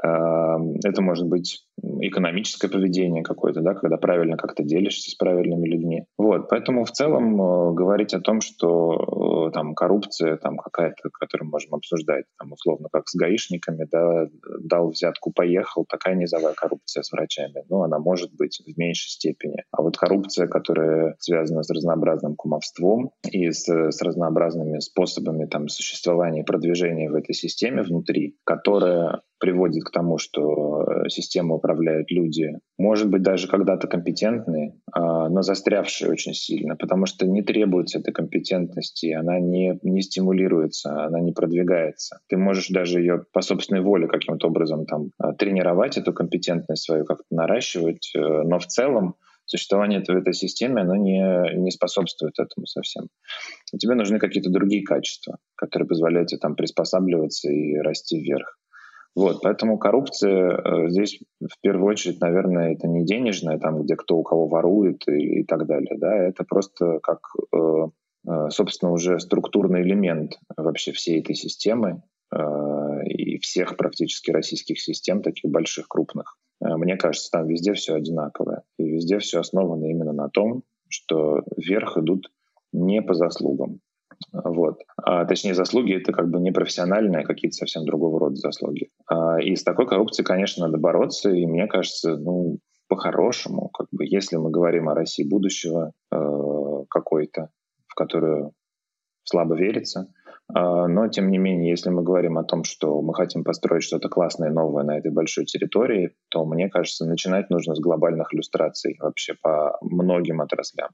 это может быть экономическое поведение какое-то, да, когда правильно как-то делишься с правильными людьми. Вот, поэтому в целом э, говорить о том, что э, там коррупция там какая-то, которую мы можем обсуждать, там условно как с гаишниками, да, дал взятку, поехал, такая низовая коррупция с врачами, ну, она может быть в меньшей степени. А вот коррупция, которая связана с разнообразным кумовством и с, с разнообразными способами там существования и продвижения в этой системе внутри, которая приводит к тому, что систему управляют люди, может быть, даже когда-то компетентные, но застрявшие очень сильно, потому что не требуется этой компетентности, она не, не стимулируется, она не продвигается. Ты можешь даже ее по собственной воле каким-то образом там тренировать, эту компетентность свою, как-то наращивать, но в целом существование в этой системе, оно не, не способствует этому совсем. И тебе нужны какие-то другие качества, которые позволяют тебе там приспосабливаться и расти вверх. Вот, поэтому коррупция э, здесь в первую очередь, наверное, это не денежная, там, где кто у кого ворует и, и так далее, да, это просто как, э, э, собственно, уже структурный элемент вообще всей этой системы э, и всех практически российских систем, таких больших, крупных. Э, мне кажется, там везде все одинаковое, и везде все основано именно на том, что вверх идут не по заслугам. Вот. А, точнее, заслуги — это как бы не профессиональные, а какие-то совсем другого рода заслуги. А, и с такой коррупцией, конечно, надо бороться. И мне кажется, ну, по-хорошему, как бы, если мы говорим о России будущего э, какой-то, в которую слабо верится, э, но, тем не менее, если мы говорим о том, что мы хотим построить что-то классное, новое на этой большой территории, то, мне кажется, начинать нужно с глобальных иллюстраций вообще по многим отраслям.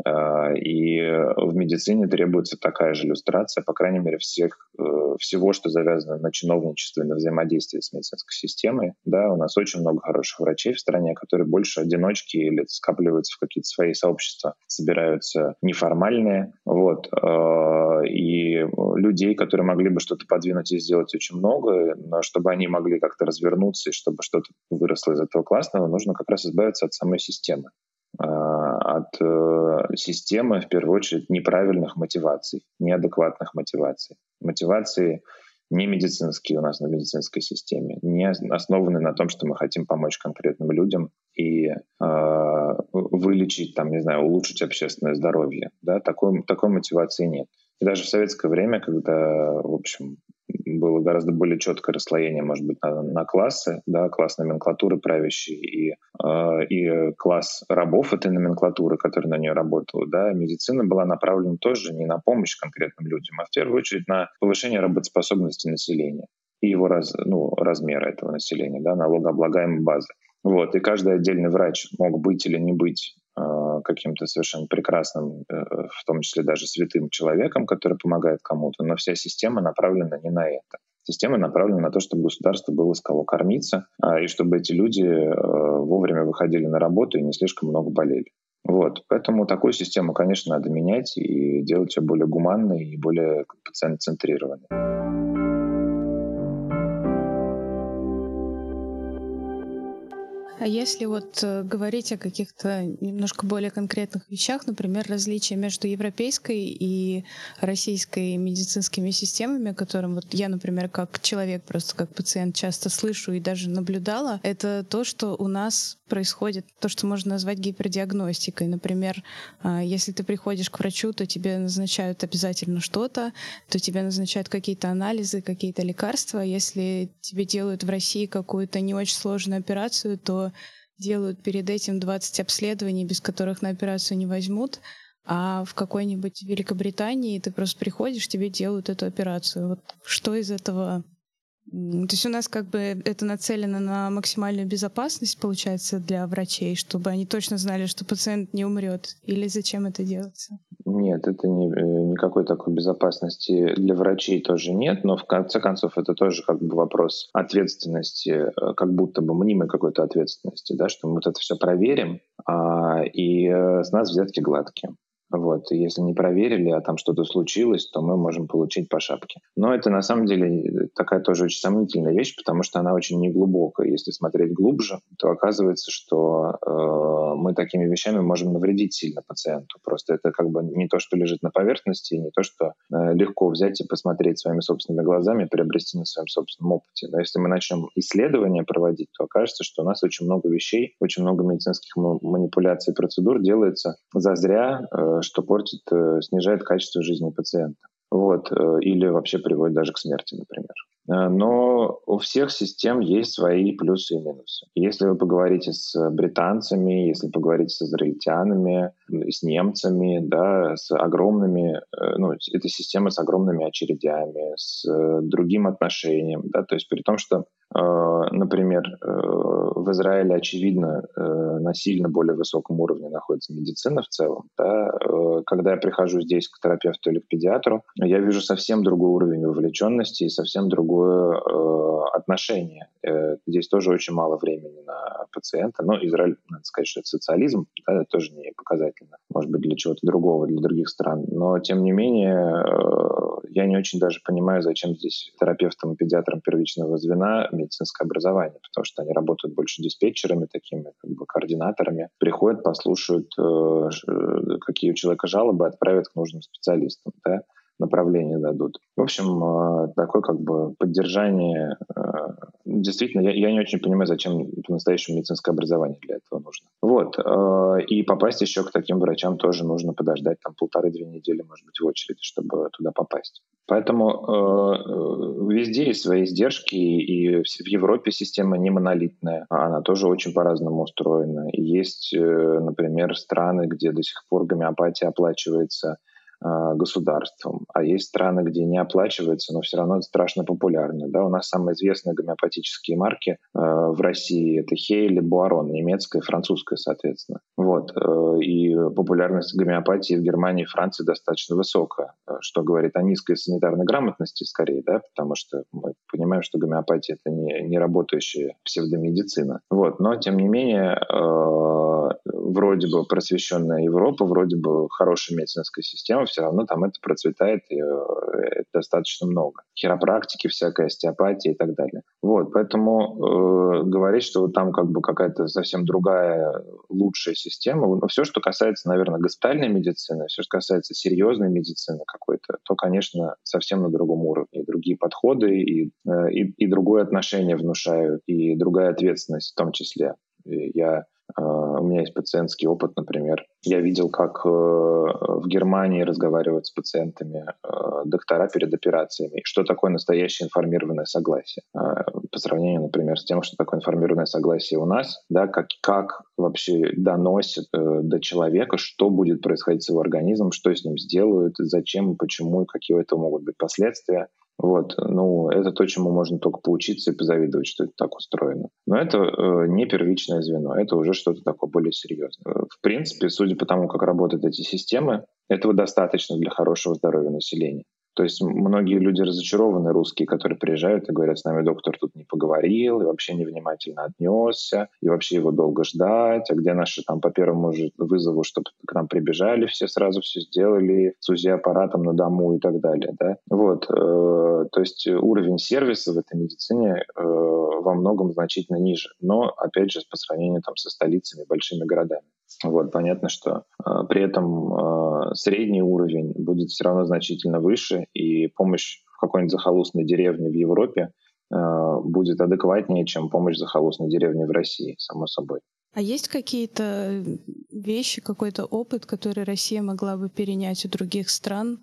И в медицине требуется такая же иллюстрация, по крайней мере, всех, всего, что завязано на чиновничестве, на взаимодействии с медицинской системой. Да, у нас очень много хороших врачей в стране, которые больше одиночки или скапливаются в какие-то свои сообщества, собираются неформальные. Вот. И людей, которые могли бы что-то подвинуть и сделать, очень много, но чтобы они могли как-то развернуться и чтобы что-то выросло из этого классного, нужно как раз избавиться от самой системы. от системы, в первую очередь, неправильных мотиваций, неадекватных мотиваций. Мотивации не медицинские у нас на медицинской системе, не основаны на том, что мы хотим помочь конкретным людям и э, вылечить, там, не знаю, улучшить общественное здоровье. Да? Такой, такой мотивации нет. И даже в советское время, когда, в общем, было гораздо более четкое расслоение, может быть, на, на классы, да, класс номенклатуры правящей и, э, и класс рабов этой номенклатуры, которые на нее работала, да, медицина была направлена тоже не на помощь конкретным людям, а в первую очередь на повышение работоспособности населения и его раз, ну, размера этого населения, да, налогооблагаемой базы. Вот. И каждый отдельный врач мог быть или не быть каким-то совершенно прекрасным, в том числе даже святым человеком, который помогает кому-то, но вся система направлена не на это. Система направлена на то, чтобы государство было с кого кормиться, и чтобы эти люди вовремя выходили на работу и не слишком много болели. Вот. Поэтому такую систему, конечно, надо менять и делать ее более гуманной и более пациент-центрированной. А если вот э, говорить о каких-то немножко более конкретных вещах, например, различия между европейской и российской медицинскими системами, которым вот я, например, как человек, просто как пациент часто слышу и даже наблюдала, это то, что у нас происходит, то, что можно назвать гипердиагностикой. Например, э, если ты приходишь к врачу, то тебе назначают обязательно что-то, то тебе назначают какие-то анализы, какие-то лекарства. Если тебе делают в России какую-то не очень сложную операцию, то делают перед этим двадцать обследований, без которых на операцию не возьмут, а в какой-нибудь Великобритании ты просто приходишь, тебе делают эту операцию. Вот что из этого? То есть у нас как бы это нацелено на максимальную безопасность, получается, для врачей, чтобы они точно знали, что пациент не умрет. Или зачем это делается? Нет, это не, никакой такой безопасности для врачей тоже нет, но в конце концов это тоже как бы вопрос ответственности, как будто бы мнимой какой-то ответственности, да, что мы вот это все проверим, а, и с нас взятки гладкие. Вот. И если не проверили, а там что-то случилось, то мы можем получить по шапке. Но это на самом деле такая тоже очень сомнительная вещь, потому что она очень неглубокая. Если смотреть глубже, то оказывается, что э, мы такими вещами можем навредить сильно пациенту. Просто это как бы не то, что лежит на поверхности, не то, что э, легко взять и посмотреть своими собственными глазами, приобрести на своем собственном опыте. Но если мы начнем исследования проводить, то окажется, что у нас очень много вещей, очень много медицинских манипуляций и процедур делается зазря, э, что портит, снижает качество жизни пациента. Вот. Или вообще приводит даже к смерти, например. Но у всех систем есть свои плюсы и минусы. Если вы поговорите с британцами, если поговорите с израильтянами, с немцами, да, с огромными, ну, это система с огромными очередями, с другим отношением, да, то есть при том, что, например, в Израиле, очевидно, на сильно более высоком уровне находится медицина в целом, да, когда я прихожу здесь к терапевту или к педиатру, я вижу совсем другой уровень вовлеченности и совсем другое отношение. Здесь тоже очень мало времени на пациента. Но Израиль, надо сказать, что это социализм, да, это тоже не показательно. Может быть, для чего-то другого, для других стран. Но, тем не менее, я не очень даже понимаю, зачем здесь терапевтам и педиатрам первичного звена медицинское образование, потому что они работают больше диспетчерами, такими как бы координаторами, приходят, послушают, какие у человека жалобы, отправят к нужным специалистам, да, направления дадут. В общем, такое как бы поддержание. Действительно, я, я не очень понимаю, зачем по-настоящему медицинское образование для этого нужно. Вот. И попасть еще к таким врачам тоже нужно подождать там полторы-две недели, может быть, в очереди, чтобы туда попасть. Поэтому э, везде есть свои издержки, и в Европе система не монолитная, она тоже очень по-разному устроена. И есть, например, страны, где до сих пор гомеопатия оплачивается государством, а есть страны, где не оплачивается, но все равно это страшно популярно. Да? У нас самые известные гомеопатические марки э, в России — это Хейль и Буарон, немецкая и французская, соответственно. Вот. И популярность гомеопатии в Германии и Франции достаточно высокая, что говорит о низкой санитарной грамотности скорее, да? Потому что мы понимаем, что гомеопатия — это не, не работающая псевдомедицина. Вот. Но, тем не менее, э, вроде бы просвещенная Европа, вроде бы хорошая медицинская система, все равно там это процветает, и это достаточно много. Хиропрактики, всякая остеопатия и так далее. Вот, поэтому э, говорить, что вот там как бы какая-то совсем другая, лучшая система, но все, что касается, наверное, госпитальной медицины, все, что касается серьезной медицины какой-то, то, конечно, совсем на другом уровне. И другие подходы, и, и, и другое отношение внушают, и другая ответственность в том числе. Я, у меня есть пациентский опыт, например. Я видел, как в Германии разговаривают с пациентами доктора перед операциями. Что такое настоящее информированное согласие? По сравнению, например, с тем, что такое информированное согласие у нас, да, как, как вообще доносят до человека, что будет происходить с его организмом, что с ним сделают, зачем, почему, и какие у этого могут быть последствия. Вот, ну, это то, чему можно только поучиться и позавидовать, что это так устроено. Но это э, не первичное звено, это уже что-то такое более серьезное. В принципе, судя по тому, как работают эти системы, этого достаточно для хорошего здоровья населения. То есть многие люди разочарованы, русские, которые приезжают и говорят, с нами доктор тут не поговорил, и вообще невнимательно отнесся, и вообще его долго ждать, а где наши там по первому же вызову, чтобы к нам прибежали, все сразу все сделали, с УЗИ-аппаратом на дому и так далее. Да? Вот, э, то есть уровень сервиса в этой медицине э, во многом значительно ниже, но, опять же, по сравнению там, со столицами, большими городами. Вот, понятно, что э, при этом э, средний уровень будет все равно значительно выше, и помощь в какой-нибудь захолустной деревне в Европе э, будет адекватнее, чем помощь в захолустной деревне в России, само собой. А есть какие-то вещи, какой-то опыт, который Россия могла бы перенять у других стран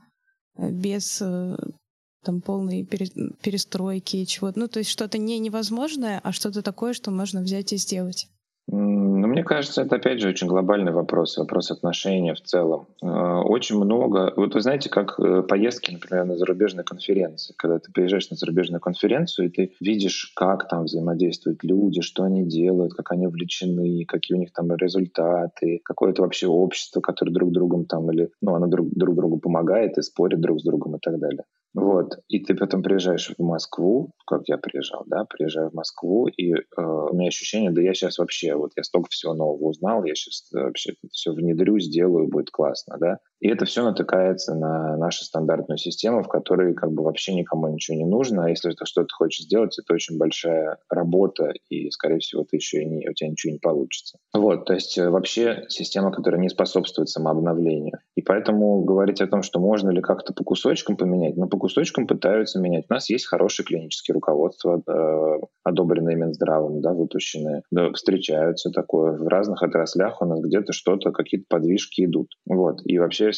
без э, там, полной перестройки и чего-то? Ну, то есть что-то не невозможное, а что-то такое, что можно взять и сделать? Ну, мне кажется, это, опять же, очень глобальный вопрос, вопрос отношения в целом. Очень много... Вот вы знаете, как поездки, например, на зарубежные конференции. Когда ты приезжаешь на зарубежную конференцию, и ты видишь, как там взаимодействуют люди, что они делают, как они увлечены, какие у них там результаты, какое-то вообще общество, которое друг другом там или... Ну, оно друг, друг другу помогает и спорит друг с другом и так далее. Вот. И ты потом приезжаешь в Москву, как я приезжал, да, приезжаю в Москву, и э, у меня ощущение, да я сейчас вообще, вот я столько всего нового узнал, я сейчас вообще это все внедрю, сделаю, будет классно, да. И это все натыкается на нашу стандартную систему, в которой как бы вообще никому ничего не нужно, а если ты что-то хочешь сделать, это очень большая работа, и, скорее всего, ты еще и не, у тебя ничего не получится. Вот, то есть вообще система, которая не способствует самообновлению. И поэтому говорить о том, что можно ли как-то по кусочкам поменять, ну, по кусочкам пытаются менять. У нас есть хорошие клинические руководства, э, одобренные Минздравом, да, выпущенные. Да, встречаются такое. В разных отраслях у нас где-то что-то, какие-то подвижки идут. Вот. И вообще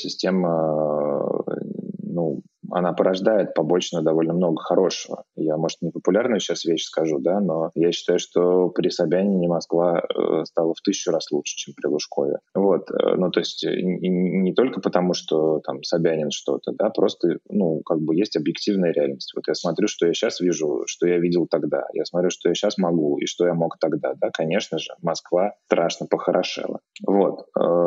система, ну, она порождает побочно довольно много хорошего. Я, может, не популярную сейчас вещь скажу, да, но я считаю, что при Собянине Москва стала в тысячу раз лучше, чем при Лужкове. Вот. Ну, то есть не только потому, что там Собянин что-то, да, просто, ну, как бы есть объективная реальность. Вот я смотрю, что я сейчас вижу, что я видел тогда. Я смотрю, что я сейчас могу и что я мог тогда, да. Конечно же, Москва страшно похорошела. Вот.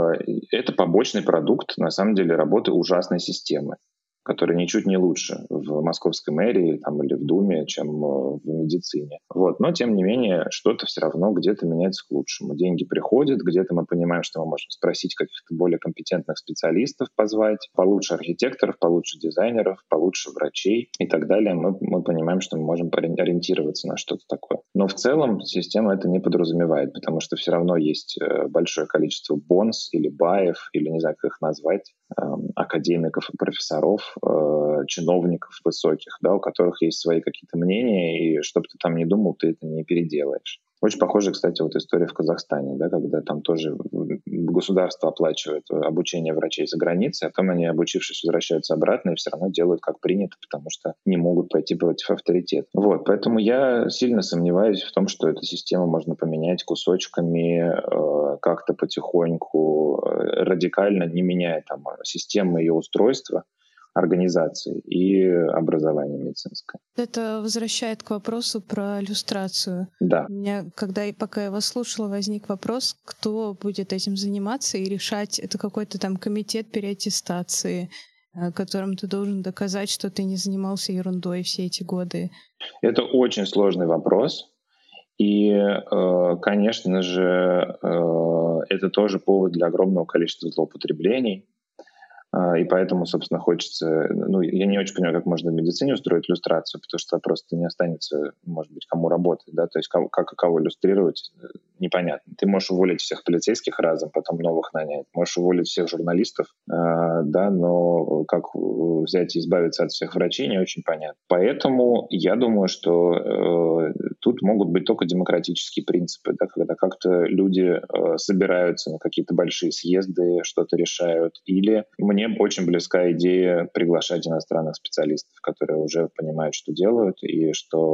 Это побочный продукт, на самом деле, работы ужасной системы, которые ничуть не лучше в московской мэрии там, или в Думе, чем в медицине. Вот. Но, тем не менее, что-то все равно где-то меняется к лучшему. Деньги приходят, где-то мы понимаем, что мы можем спросить каких-то более компетентных специалистов, позвать, получше архитекторов, получше дизайнеров, получше врачей и так далее. Мы, мы понимаем, что мы можем ориентироваться на что-то такое. Но в целом система это не подразумевает, потому что все равно есть большое количество бонс или баев, или не знаю, как их назвать, академиков и профессоров, чиновников высоких, да, у которых есть свои какие-то мнения, и что бы ты там ни думал, ты это не переделаешь. Очень похоже, кстати, вот история в Казахстане, да, когда там тоже государство оплачивает обучение врачей за границей, а потом они, обучившись, возвращаются обратно и все равно делают как принято, потому что не могут пойти против авторитета. Вот, поэтому я сильно сомневаюсь в том, что эту систему можно поменять кусочками, как-то потихоньку, радикально не меняя там системы ее устройства, организации и образования медицинское. Это возвращает к вопросу про люстрацию. Да. У меня, когда и пока я вас слушала, возник вопрос, кто будет этим заниматься и решать. Это какой-то там комитет переаттестации, которым ты должен доказать, что ты не занимался ерундой все эти годы. Это очень сложный вопрос. И, конечно же, это тоже повод для огромного количества злоупотреблений. И поэтому, собственно, хочется... Ну, я не очень понимаю, как можно в медицине устроить люстрацию, потому что просто не останется, может быть, кому работать, да, то есть как, как кого иллюстрировать, непонятно. Ты можешь уволить всех полицейских разом, потом новых нанять, можешь уволить всех журналистов, да, но как взять и избавиться от всех врачей, не очень понятно. Поэтому я думаю, что тут могут быть только демократические принципы, да, когда как-то люди собираются на какие-то большие съезды, что-то решают, или мне очень близка идея приглашать иностранных специалистов, которые уже понимают, что делают, и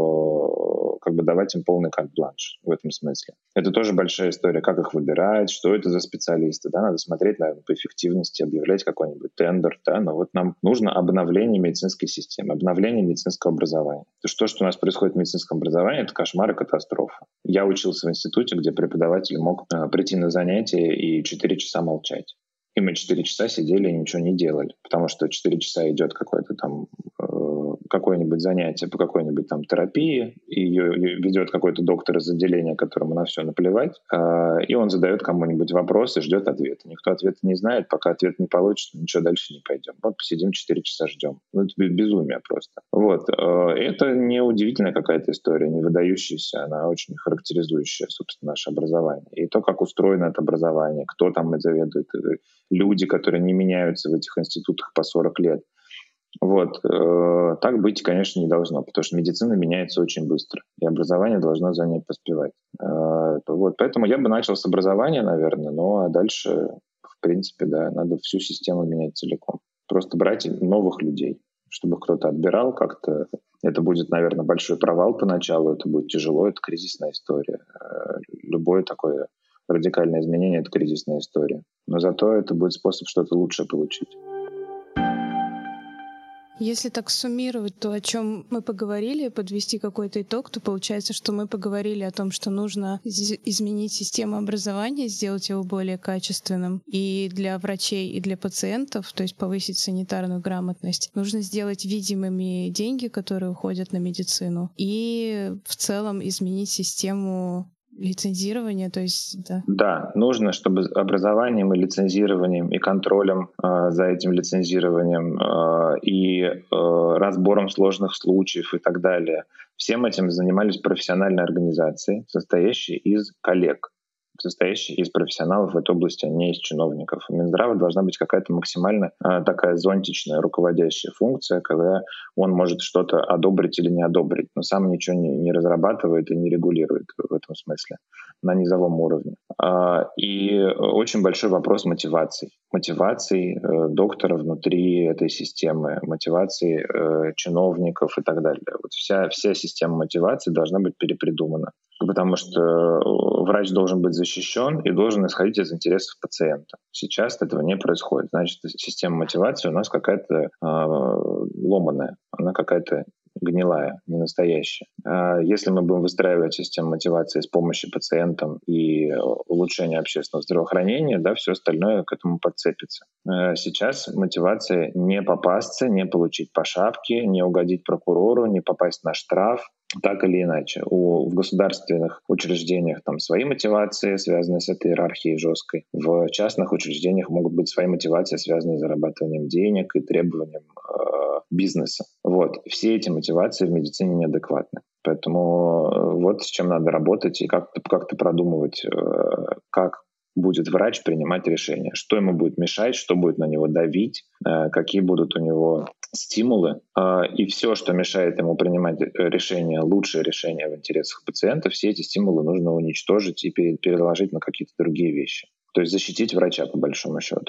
что как бы давать им полный карт-бланш в этом смысле. Это тоже большая история, как их выбирать, что это за специалисты. Да? Надо смотреть, наверное, по эффективности, объявлять какой-нибудь тендер. Да? Но вот нам нужно обновление медицинской системы, обновление медицинского образования. То, что, что у нас происходит в медицинском образовании, это кошмар и катастрофа. Я учился в институте, где преподаватель мог э, прийти на занятие и четыре часа молчать. И мы четыре часа сидели и ничего не делали, потому что четыре часа идет какое-то там э, какое-нибудь занятие по какой-нибудь там терапии, и ее, ее ведет какой-то доктор из отделения, которому на все наплевать, э, и он задает кому-нибудь вопрос и ждет ответа. Никто ответа не знает, пока ответ не получится, ничего дальше не пойдем. Вот посидим четыре часа ждем. Ну, это безумие просто. Вот. Э, это не удивительная какая-то история, не выдающаяся, она очень характеризующая, собственно, наше образование. И то, как устроено это образование, кто там заведует, люди, которые не меняются в этих институтах по сорок лет. Вот. Э, так быть, конечно, не должно, потому что медицина меняется очень быстро, и образование должно за ней поспевать. Э, вот. Поэтому я бы начал с образования, наверное, ну а дальше, в принципе, да, надо всю систему менять целиком. Просто брать новых людей, чтобы кто-то отбирал как-то. Это будет, наверное, большой провал поначалу, это будет тяжело, это кризисная история. Э, любое такое радикальное изменение — это кризисная история. Но зато это будет способ что-то лучшее получить. Если так суммировать то, о чем мы поговорили, подвести какой-то итог, то получается, что мы поговорили о том, что нужно изменить систему образования, сделать его более качественным и для врачей, и для пациентов, то есть повысить санитарную грамотность. Нужно сделать видимыми деньги, которые уходят на медицину, и в целом изменить систему лицензирование, то есть, да. Да, нужно, чтобы образованием и лицензированием, и контролем э, за этим лицензированием, э, и э, разбором сложных случаев и так далее, всем этим занимались профессиональные организации, состоящие из коллег, состоящие из профессионалов в этой области, а не из чиновников. У Минздрава должна быть какая-то максимально э, такая зонтичная руководящая функция, когда он может что-то одобрить или не одобрить, но сам ничего не, не разрабатывает и не регулирует в этом смысле на низовом уровне. А, и очень большой вопрос мотивации. Мотивации э, доктора внутри этой системы, мотивации э, чиновников и так далее. Вот вся, вся система мотивации должна быть перепридумана. Потому что врач должен быть защищен и должен исходить из интересов пациента. Сейчас этого не происходит. Значит, система мотивации у нас какая-то э, ломаная, она какая-то гнилая, не настоящая. А если мы будем выстраивать систему мотивации с помощью пациентам и улучшения общественного здравоохранения, да, все остальное к этому подцепится. Сейчас мотивация не попасться, не получить по шапке, не угодить прокурору, не попасть на штраф, так или иначе. У, в государственных учреждениях там свои мотивации, связанные с этой иерархией жесткой. В частных учреждениях могут быть свои мотивации, связанные с зарабатыванием денег и требованием э, бизнеса. Вот. Все эти мотивации в медицине неадекватны. Поэтому вот с чем надо работать и как-то, как-то продумывать, э, как будет врач принимать решения, что ему будет мешать, что будет на него давить, э, какие будут у него стимулы, и все, что мешает ему принимать решения, лучшие решения в интересах пациента, все эти стимулы нужно уничтожить и переложить на какие-то другие вещи. То есть защитить врача, по большому счету.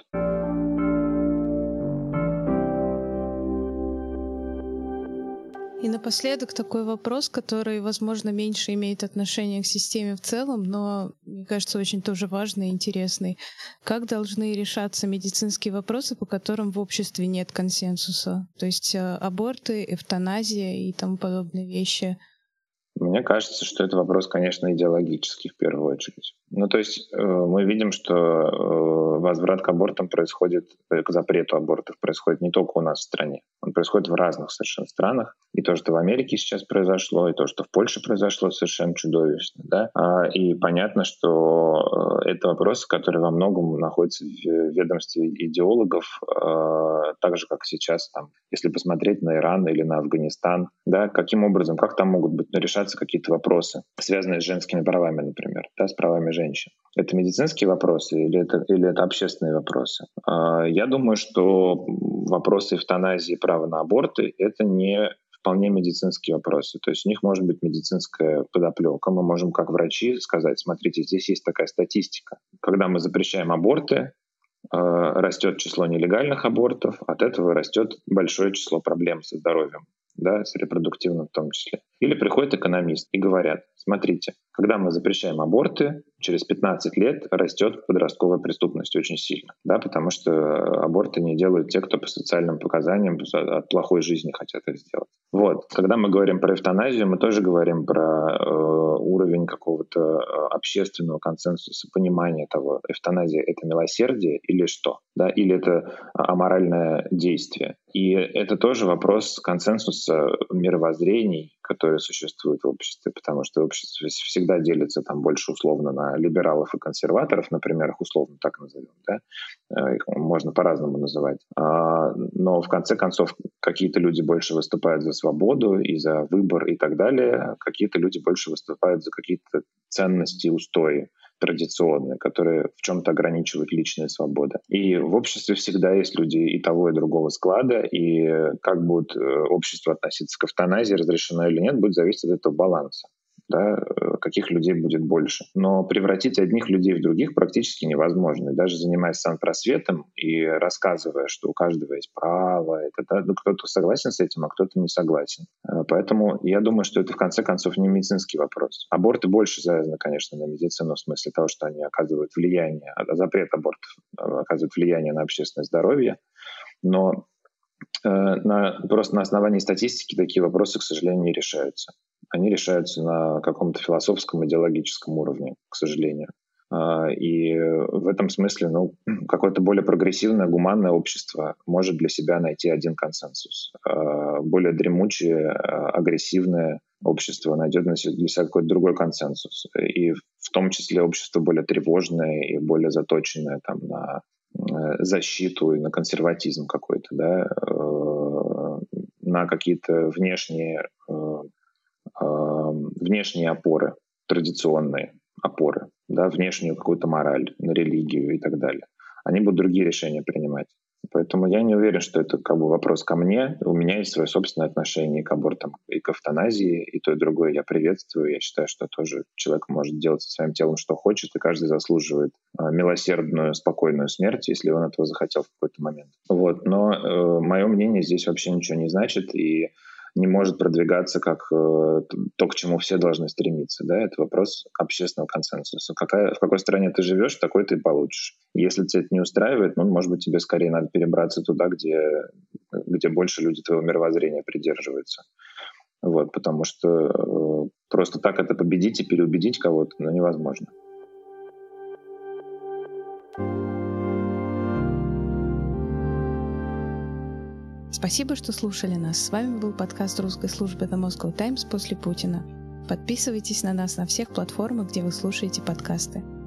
И напоследок такой вопрос, который, возможно, меньше имеет отношение к системе в целом, но, мне кажется, очень тоже важный и интересный. Как должны решаться медицинские вопросы, по которым в обществе нет консенсуса? То есть аборты, эвтаназия и тому подобные вещи. Мне кажется, что это вопрос, конечно, идеологический в первую очередь. Ну, то есть э, мы видим, что э, возврат к абортам происходит, э, к запрету абортов происходит не только у нас в стране. Он происходит в разных совершенно странах. И то, что в Америке сейчас произошло, и то, что в Польше произошло, совершенно чудовищно. Да? А, и понятно, что э, это вопросы, которые во многом находятся в ведомстве идеологов, э, так же, как сейчас, там, если посмотреть на Иран или на Афганистан, да, каким образом, как там могут быть решаться какие-то вопросы, связанные с женскими правами, например, да, с правами женщин. Это медицинские вопросы или это, или это общественные вопросы? Я думаю, что вопросы эвтаназии и права на аборты — это не вполне медицинские вопросы. То есть у них может быть медицинская подоплека. Мы можем как врачи сказать: смотрите, здесь есть такая статистика. Когда мы запрещаем аборты, растет число нелегальных абортов, от этого растет большое число проблем со здоровьем, да, с репродуктивным в том числе. Или приходит экономист и говорят: смотрите, когда мы запрещаем аборты, через пятнадцать лет растет подростковая преступность очень сильно, да, потому что аборты не делают те, кто по социальным показаниям от плохой жизни хотят это сделать. Вот. Когда мы говорим про эвтаназию, мы тоже говорим про э, уровень какого-то общественного консенсуса, понимания того, эвтаназия — это милосердие или что, да, или это аморальное действие. И это тоже вопрос консенсуса мировоззрений, которые существуют в обществе, потому что общество всегда делится там больше условно на либералов и консерваторов, например, их условно так назовем, да? Их можно по-разному называть. Но в конце концов какие-то люди больше выступают за свободу и за выбор и так далее, какие-то люди больше выступают за какие-то ценности и устои традиционные, которые в чем-то ограничивают личные свободы. И в обществе всегда есть люди и того, и другого склада, и как будет общество относиться к эвтаназии, разрешено или нет, будет зависеть от этого баланса. Да, каких людей будет больше. Но превратить одних людей в других практически невозможно. И даже занимаясь самопросветом и рассказывая, что у каждого есть право, это, да, ну, кто-то согласен с этим, а кто-то не согласен. Поэтому я думаю, что это в конце концов не медицинский вопрос. Аборты больше завязаны, конечно, на медицину в смысле того, что они оказывают влияние, запрет абортов оказывает влияние на общественное здоровье. Но на, просто на основании статистики такие вопросы, к сожалению, не решаются. Они решаются на каком-то философском, идеологическом уровне, к сожалению. И в этом смысле, ну, какое-то более прогрессивное, гуманное общество может для себя найти один консенсус. Более дремучее, агрессивное общество найдет для себя какой-то другой консенсус. И в том числе общество более тревожное и более заточенное там, на защиту и на консерватизм какой-то, да, на какие-то внешние, внешние опоры, традиционные опоры, да, внешнюю какую-то мораль, на религию и так далее. Они будут другие решения принимать. Поэтому я не уверен, что это как бы вопрос ко мне. У меня есть свое собственное отношение и к абортам, и к эвтаназии, и то, и другое я приветствую. Я считаю, что тоже человек может делать со своим телом, что хочет, и каждый заслуживает милосердную, спокойную смерть, если он этого захотел в какой-то момент. Вот. Но э, мое мнение здесь вообще ничего не значит, и не может продвигаться как э, то, к чему все должны стремиться. Да? Это вопрос общественного консенсуса. Какая, в какой стране ты живешь, такой ты и получишь. Если тебя это не устраивает, ну, может быть, тебе скорее надо перебраться туда, где, где больше люди твоего мировоззрения придерживаются. Вот, потому что э, просто так это победить и переубедить кого-то, ну, невозможно. Спасибо, что слушали нас. С вами был подкаст русской службы The Moscow Times «После Путина». Подписывайтесь на нас на всех платформах, где вы слушаете подкасты.